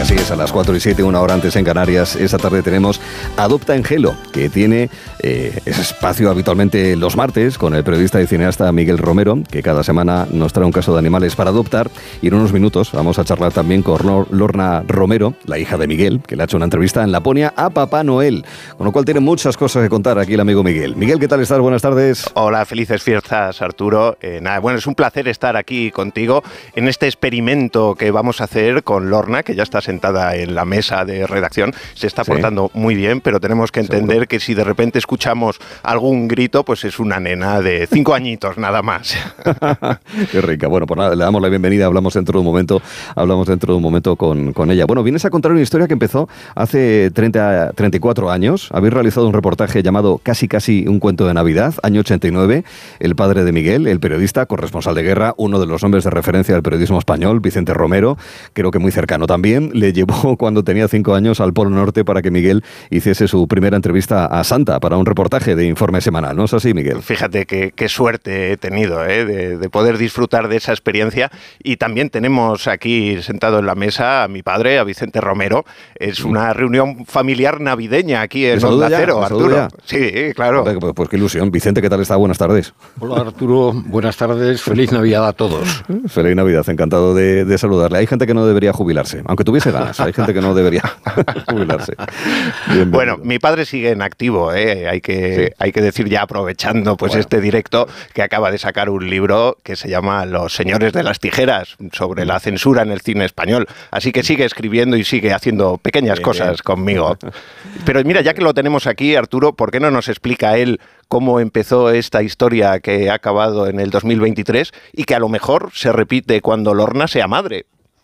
Así es, a las 4:07, una hora antes en Canarias. Esta tarde tenemos Adopta en Gelo, que tiene ese espacio habitualmente los martes con el periodista y cineasta Miguel Romero, que cada semana nos trae un caso de animales para adoptar. Y en unos minutos vamos a charlar también con Lorna Romero, la hija de Miguel, que le ha hecho una entrevista en Laponia a Papá Noel. Con lo cual tiene muchas cosas que contar aquí el amigo Miguel. Miguel, ¿qué tal estás? Buenas tardes. Hola, felices fiestas, Arturo. Bueno, es un placer estar aquí contigo en este experimento que vamos a hacer con Lorna, que ya está sentada en la mesa de redacción. Se está portando muy bien, pero tenemos que entender que si de repente escuchamos algún grito, pues es una nena de 5 añitos nada más. Qué rica. Bueno, pues nada, le damos la bienvenida, hablamos dentro de un momento con ella. Bueno, vienes a contar una historia que empezó hace 34 años. Habéis realizado un reportaje llamado Casi un cuento de Navidad, año 89. El padre de Miguel, el periodista, corresponsal de guerra, uno de los nombres de referencia del periodismo español, Vicente Romero, creo que muy cercano también, le llevó cuando tenía 5 años al Polo Norte para que Miguel hiciese su primera entrevista a Santa para un reportaje de Informe Semanal. ¿No es así, Miguel? Fíjate qué suerte he tenido de poder disfrutar de esa experiencia. Y también tenemos aquí sentado en la mesa a mi padre, a Vicente Romero. Es una reunión familiar navideña aquí en Onda Cero, Arturo. Sí, claro. Pues qué ilusión. Vicente, ¿qué tal está? Buenas tardes. Hola, Arturo. Buenas tardes. Feliz Navidad a todos. Feliz Navidad. Encantado de saludarle. Hay gente que no debería jubilarse, aunque tuviese ganas. Hay gente que no debería jubilarse. Bienvenido. Bueno, mi padre sigue en activo, hay que decir, ya aprovechando este directo, que acaba de sacar un libro que se llama Los señores de las tijeras, sobre la censura en el cine español. Así que sigue escribiendo y sigue haciendo pequeñas cosas conmigo. Pero mira, ya que lo tenemos aquí, Arturo, ¿por qué no nos explica él cómo empezó esta historia que ha acabado en el 2023 y que a lo mejor se repite cuando Lorna sea madre?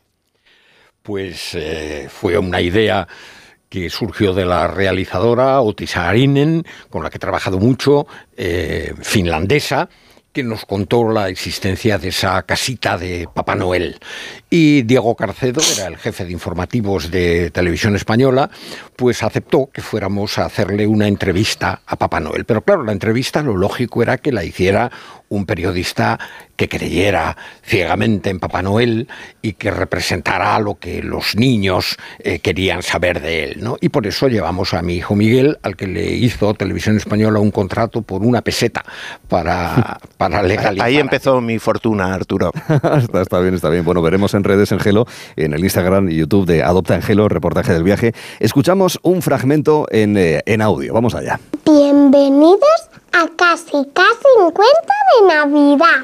Pues fue una idea que surgió de la realizadora Outi Saarinen, con la que he trabajado mucho, finlandesa, que nos contó la existencia de esa casita de Papá Noel. Y Diego Carcedo, era el jefe de informativos de Televisión Española, pues aceptó que fuéramos a hacerle una entrevista a Papá Noel. Pero claro, la entrevista lo lógico era que la hiciera un periodista que creyera ciegamente en Papá Noel y que representara lo que los niños querían saber de él, ¿no? Y por eso llevamos a mi hijo Miguel, al que le hizo Televisión Española un contrato por 1 peseta para legalizar. Ahí empezó mi fortuna, Arturo. Está bien. Bueno, veremos en redes en Gelo, en el Instagram y YouTube de Adopta en Gelo, reportaje del viaje. Escuchamos un fragmento en audio. Vamos allá. Bienvenidos a Casi un cuento de Navidad.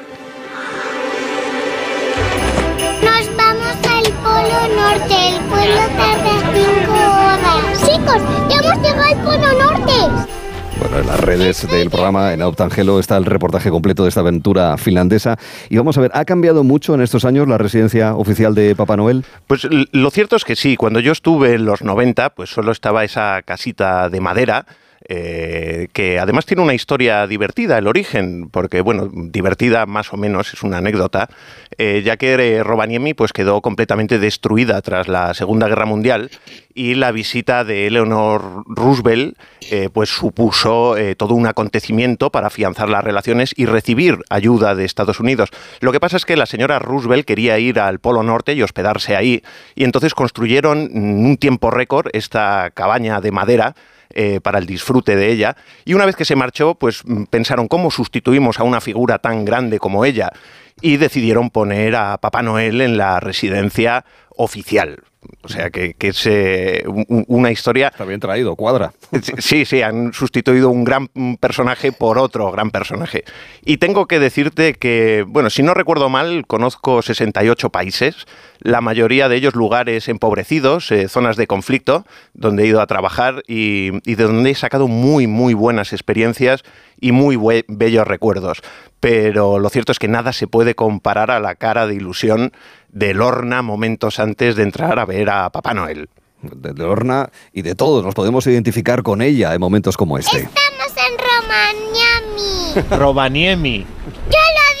Nos vamos al Polo Norte. El vuelo tarda 5 horas. Chicos, ya hemos llegado al Polo Norte. Bueno, en las redes del programa, en Adopta en Gelo, está el reportaje completo de esta aventura finlandesa. Y vamos a ver, ¿ha cambiado mucho en estos años la residencia oficial de Papá Noel? Pues lo cierto es que sí. Cuando yo estuve en los 90, pues solo estaba esa casita de madera, que además tiene una historia divertida, el origen, porque, bueno, divertida más o menos, es una anécdota, ya que Rovaniemi pues quedó completamente destruida tras la Segunda Guerra Mundial y la visita de Eleanor Roosevelt pues supuso todo un acontecimiento para afianzar las relaciones y recibir ayuda de Estados Unidos. Lo que pasa es que la señora Roosevelt quería ir al Polo Norte y hospedarse ahí, y entonces construyeron en un tiempo récord esta cabaña de madera para el disfrute de ella, y una vez que se marchó, pues pensaron cómo sustituimos a una figura tan grande como ella, y decidieron poner a Papá Noel en la residencia oficial. O sea, que es una historia... Está bien traído, cuadra. Sí, han sustituido un gran personaje por otro gran personaje. Y tengo que decirte que, bueno, si no recuerdo mal, conozco 68 países, la mayoría de ellos lugares empobrecidos, zonas de conflicto, donde he ido a trabajar y de donde he sacado muy, muy buenas experiencias y muy bellos recuerdos. Pero lo cierto es que nada se puede comparar a la cara de ilusión de Lorna momentos antes de entrar a ver a Papá Noel. De Lorna y de todos, nos podemos identificar con ella en momentos como este. Estamos en Rovaniemi. Rovaniemi. Yo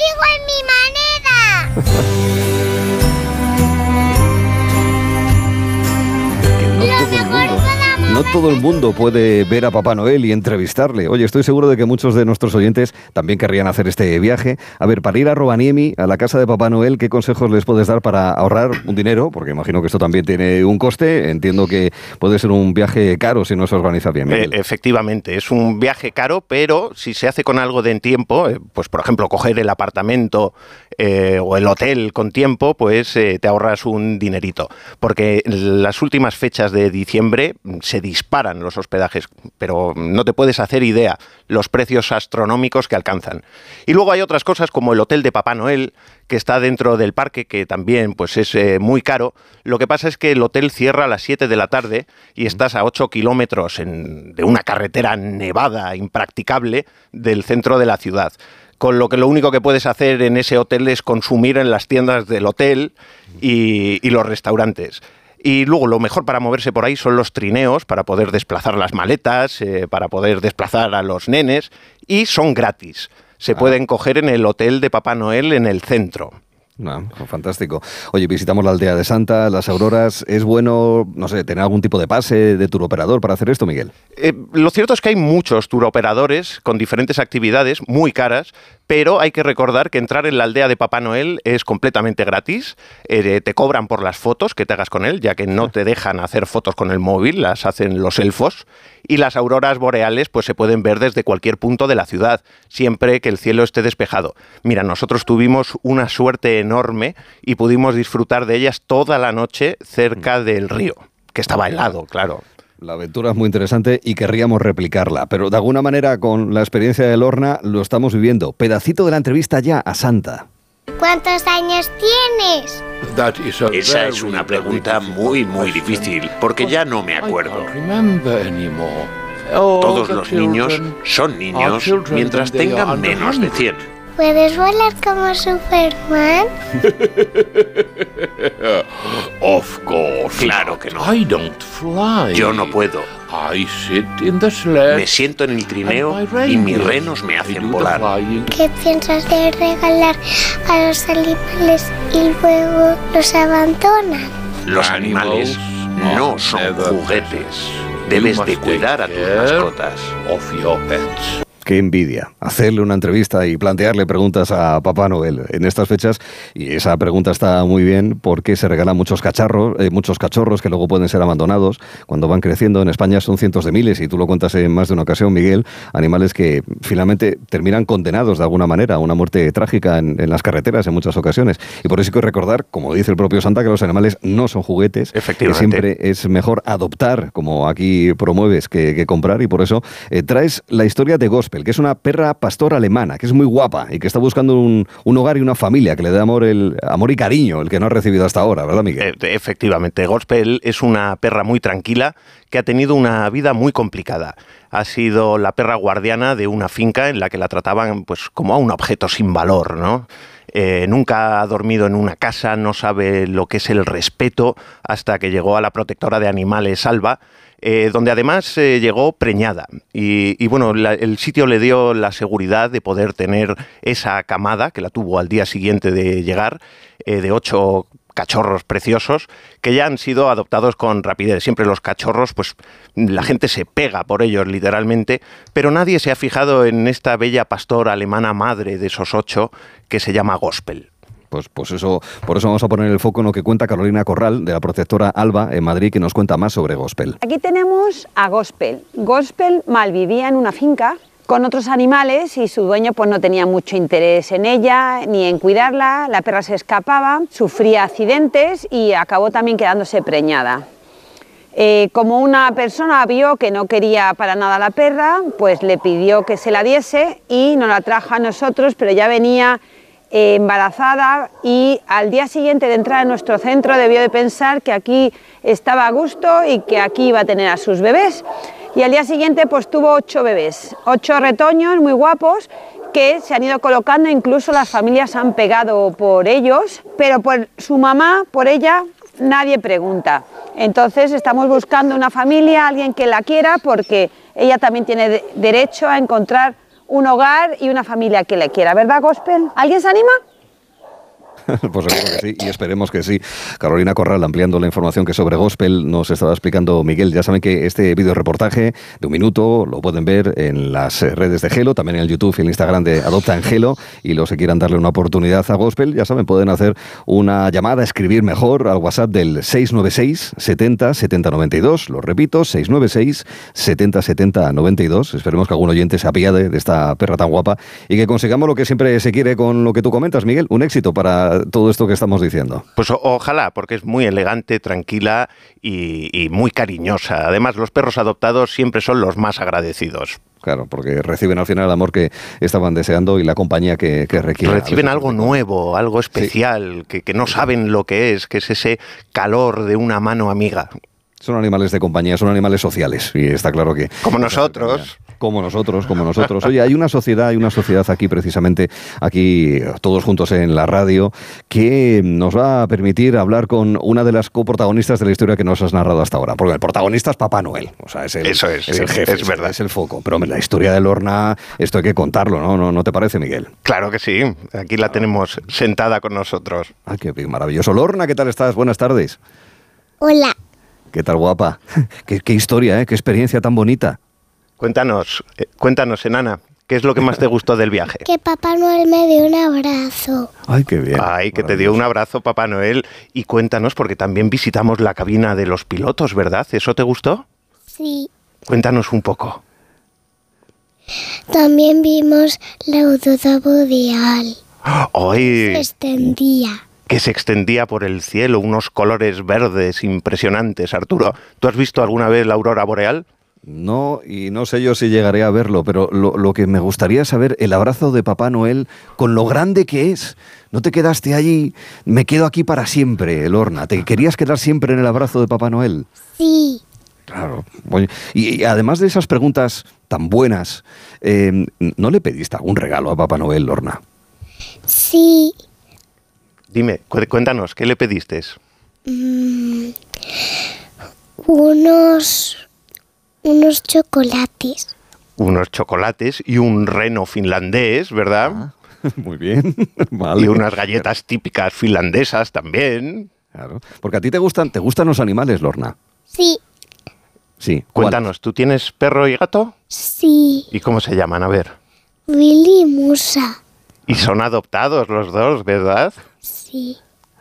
lo digo en mi manera. No no todo el mundo puede ver a Papá Noel y entrevistarle. Oye, estoy seguro de que muchos de nuestros oyentes también querrían hacer este viaje. A ver, para ir a Rovaniemi, a la casa de Papá Noel, ¿qué consejos les puedes dar para ahorrar un dinero? Porque imagino que esto también tiene un coste. Entiendo que puede ser un viaje caro si no se organiza bien, Miguel. Efectivamente, es un viaje caro, pero si se hace con algo de tiempo, pues por ejemplo, coger el apartamento o el hotel con tiempo, pues te ahorras un dinerito. Porque en las últimas fechas de diciembre se disparan los hospedajes, pero no te puedes hacer idea los precios astronómicos que alcanzan. Y luego hay otras cosas como el hotel de Papá Noel, que está dentro del parque, que también pues es muy caro. Lo que pasa es que el hotel cierra a las 7 de la tarde y estás a 8 kilómetros de una carretera nevada, impracticable, del centro de la ciudad. Con lo que lo único que puedes hacer en ese hotel es consumir en las tiendas del hotel y los restaurantes. Y luego lo mejor para moverse por ahí son los trineos, para poder desplazar las maletas, para poder desplazar a los nenes, y son gratis. Se pueden coger en el hotel de Papá Noel en el centro. No, fantástico. Oye, visitamos la aldea de Santa, las auroras. ¿Es bueno, no sé, tener algún tipo de pase de turoperador para hacer esto, Miguel? Lo cierto es que hay muchos turoperadores con diferentes actividades muy caras, pero hay que recordar que entrar en la aldea de Papá Noel es completamente gratis. Te cobran por las fotos que te hagas con él, ya que no te dejan hacer fotos con el móvil, las hacen los elfos. Y las auroras boreales pues se pueden ver desde cualquier punto de la ciudad, siempre que el cielo esté despejado. Mira, nosotros tuvimos una suerte enorme y pudimos disfrutar de ellas toda la noche cerca del río, que estaba helado, claro. La aventura es muy interesante y querríamos replicarla, pero de alguna manera con la experiencia de Lorna lo estamos viviendo. Pedacito de la entrevista ya a Santa. ¿Cuántos años tienes? Esa es una pregunta muy difícil, porque ya no me acuerdo. Todos los niños son niños mientras tengan menos de 100. ¿Puedes volar como Superman? Claro que no. Yo no puedo. Me siento en el trineo y mis renos me hacen volar. ¿Qué piensas de regalar a los animales y luego los abandonan? Los animales no son juguetes. Debes de cuidar a tus mascotas. Qué envidia, hacerle una entrevista y plantearle preguntas a Papá Noel en estas fechas, y esa pregunta está muy bien porque se regalan muchos cachorros que luego pueden ser abandonados cuando van creciendo. En España son cientos de miles, y tú lo cuentas en más de una ocasión, Miguel, animales que finalmente terminan condenados de alguna manera a una muerte trágica en las carreteras en muchas ocasiones. Y por eso hay que recordar, como dice el propio Santa, que los animales no son juguetes, que siempre es mejor adoptar, como aquí promueves, que comprar, y por eso traes la historia de Gospel, que es una perra pastor alemana, que es muy guapa y que está buscando un hogar y una familia que le dé amor y cariño, el que no ha recibido hasta ahora, ¿verdad, Miguel? Efectivamente, Gospel es una perra muy tranquila que ha tenido una vida muy complicada. Ha sido la perra guardiana de una finca en la que la trataban pues como a un objeto sin valor, ¿no? Nunca ha dormido en una casa, no sabe lo que es el respeto hasta que llegó a la protectora de animales Alba, donde además llegó preñada. Y bueno, el sitio le dio la seguridad de poder tener esa camada, que la tuvo al día siguiente de llegar, de 8 cachorros preciosos que ya han sido adoptados con rapidez. Siempre los cachorros, pues la gente se pega por ellos literalmente, pero nadie se ha fijado en esta bella pastora alemana madre de esos 8 que se llama Gospel. Pues por eso vamos a poner el foco en lo que cuenta Carolina Corral, de la protectora Alba en Madrid, que nos cuenta más sobre Gospel. Aquí tenemos a Gospel. Gospel malvivía en una finca con otros animales y su dueño pues no tenía mucho interés en ella ni en cuidarla. La perra se escapaba, sufría accidentes y acabó también quedándose preñada. Como una persona vio que no quería para nada a la perra, pues le pidió que se la diese y nos la trajo a nosotros, pero ya venía embarazada, y al día siguiente de entrar en nuestro centro debió de pensar que aquí estaba a gusto y que aquí iba a tener a sus bebés. Y al día siguiente pues tuvo 8 bebés, 8 retoños muy guapos que se han ido colocando, incluso las familias han pegado por ellos, pero por su mamá, por ella, nadie pregunta. Entonces estamos buscando una familia, alguien que la quiera, porque ella también tiene derecho a encontrar un hogar y una familia que le quiera, ¿verdad, Gospel? ¿Alguien se anima? Pues seguro que sí, y esperemos que sí. Carolina Corral, ampliando la información que sobre gospel nos estaba explicando Miguel. Ya saben que este videoreportaje de 1 minuto lo pueden ver en las redes de Gelo, también en el YouTube y el Instagram de Adopta en Gelo, y los que quieran darle una oportunidad a gospel, ya saben, pueden hacer una llamada, escribir mejor al WhatsApp del 696 70 70 92. Lo repito, 696 70 70 92. Esperemos que algún oyente se apiade de esta perra tan guapa y que consigamos lo que siempre se quiere con lo que tú comentas, Miguel. Un éxito para todo esto que estamos diciendo. Pues ojalá, porque es muy elegante, tranquila y muy cariñosa. Además, los perros adoptados siempre son los más agradecidos. Claro, porque reciben al final el amor que estaban deseando y la compañía que requieren. Reciben algo nuevo, algo especial, sí, que no saben lo que es ese calor de una mano amiga. Son animales de compañía, son animales sociales, y está claro que... Como nosotros. Como nosotros. Oye, hay una sociedad aquí precisamente, aquí todos juntos en la radio, que nos va a permitir hablar con una de las coprotagonistas de la historia que nos has narrado hasta ahora. Porque el protagonista es Papá Noel, o sea, es el jefe, es verdad. Es el foco. Pero la historia de Lorna, esto hay que contarlo, ¿No te parece, Miguel? Claro que sí, aquí la tenemos sentada con nosotros. Ay, qué maravilloso. Lorna, ¿qué tal estás? Buenas tardes. Hola. ¿Qué tal, guapa? Qué historia, qué experiencia tan bonita. Cuéntanos, enana, ¿qué es lo que más te gustó del viaje? Que Papá Noel me dio un abrazo. Ay, qué bien. Ay, que te dio un abrazo, Papá Noel. Y cuéntanos, porque también visitamos la cabina de los pilotos, ¿verdad? ¿Eso te gustó? Sí. Cuéntanos un poco. También vimos la aurora boreal. ¡Ay! Se extendía. Que se extendía por el cielo, unos colores verdes impresionantes. Arturo, ¿tú has visto alguna vez la aurora boreal? No, y no sé yo si llegaré a verlo, pero lo que me gustaría saber, el abrazo de Papá Noel, con lo grande que es. ¿No te quedaste allí? Me quedo aquí para siempre, Lorna. ¿Te querías quedar siempre en el abrazo de Papá Noel? Sí. Claro. Y además de esas preguntas tan buenas, ¿no le pediste algún regalo a Papá Noel, Lorna? Sí. Dime, cuéntanos, ¿qué le pediste? Unos chocolates. Unos chocolates y un reno finlandés, ¿verdad? Ah, muy bien, vale. Y unas galletas típicas finlandesas también. Claro, porque a ti te gustan los animales, Lorna. Sí. Sí. Cuéntanos, ¿tú tienes perro y gato? Sí. ¿Y cómo se llaman? A ver. Willy y Musa. Y son adoptados los dos, ¿verdad? Sí.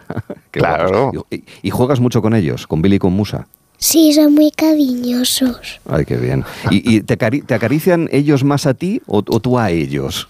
Claro. ¿Y juegas mucho con ellos, con Billy y con Musa? Sí, son muy cariñosos. Ay, qué bien. ¿Y te acarician ellos más a ti o tú a ellos?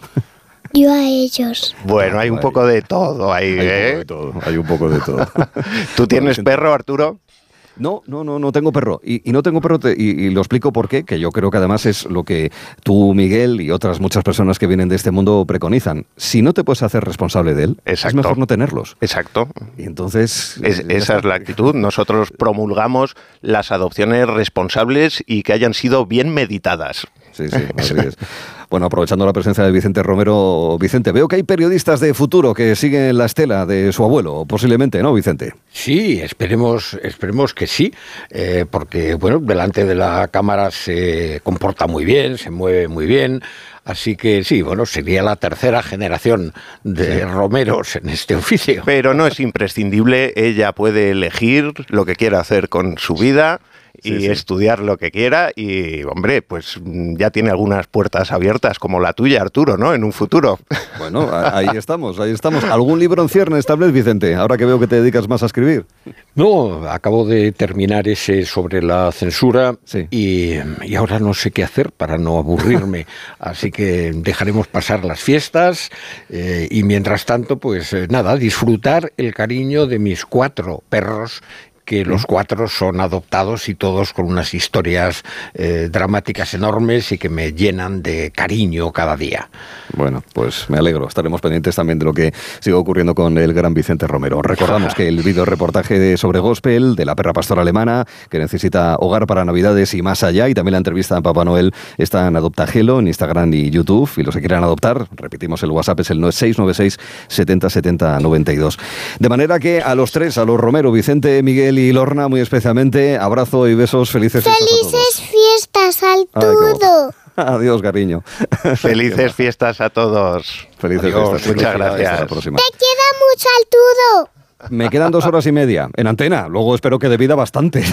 Yo a ellos. Bueno, hay un poco de todo ahí, ¿eh? Hay un poco de todo. ¿Tú tienes perro, Arturo? No tengo perro. Y no tengo perro, y lo explico por qué, que yo creo que además es lo que tú, Miguel, y otras muchas personas que vienen de este mundo preconizan. Si no te puedes hacer responsable de él, exacto, es mejor no tenerlos. Exacto. Y entonces... Esa es la actitud. Nosotros promulgamos las adopciones responsables y que hayan sido bien meditadas. Sí, así es. Bueno, aprovechando la presencia de Vicente Romero, Vicente, veo que hay periodistas de futuro que siguen la estela de su abuelo, posiblemente, ¿no, Vicente? Sí, esperemos que sí, porque, bueno, delante de la cámara se comporta muy bien, se mueve muy bien, así que sí, bueno, sería la tercera generación de Romeros en este oficio. Pero no es imprescindible, ella puede elegir lo que quiera hacer con su vida y estudiar lo que quiera y, hombre, pues ya tiene algunas puertas abiertas como la tuya, Arturo, ¿no? En un futuro. Bueno, ahí estamos. ¿Algún libro en ciernes, tal vez, Vicente? Ahora que veo que te dedicas más a escribir. No, acabo de terminar ese sobre la censura y ahora no sé qué hacer para no aburrirme. Así que dejaremos pasar las fiestas y mientras tanto, pues nada, disfrutar el cariño de mis 4 perros, que los 4 son adoptados y todos con unas historias dramáticas enormes y que me llenan de cariño cada día. Bueno, pues me alegro. Estaremos pendientes también de lo que sigue ocurriendo con el gran Vicente Romero. Recordamos que el videoreportaje sobre gospel de la perra pastora alemana, que necesita hogar para Navidades y más allá, y también la entrevista a Papá Noel, está en Adopta Gelo, en Instagram y YouTube. Y los que quieran adoptar, repetimos, el WhatsApp es el 696 70 70 92. De manera que a los 3, a los Romero, Vicente, Miguel y Lorna, muy especialmente, abrazo y besos, felices fiestas al todo. Adiós, cariño. Felices fiestas a todos. Felices Adiós, fiestas. muchas Hasta gracias. la próxima. Te queda mucho al todo. Me quedan 2 horas y media en antena. Luego espero que de vida bastante.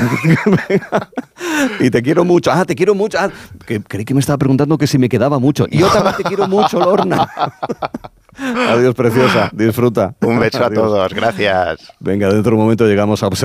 Y te quiero mucho. Te quiero mucho. Creí que me estaba preguntando que si me quedaba mucho. Y yo también te quiero mucho, Lorna. Adiós, preciosa. Disfruta. Un beso a Adiós. todos. Gracias. Venga, dentro de un momento llegamos a observar